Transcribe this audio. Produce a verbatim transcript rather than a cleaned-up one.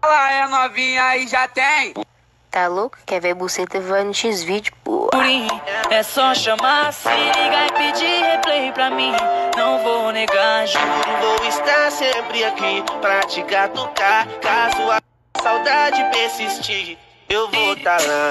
Ela é novinha e já tem. Tá louco? Quer ver buceta? Vai no X-Vídeo, pô. É só chamar, se ligar e pedir replay pra mim. Não vou negar, juro, vou estar sempre aqui pra te catucar. Caso a saudade persistir, eu vou tá lá.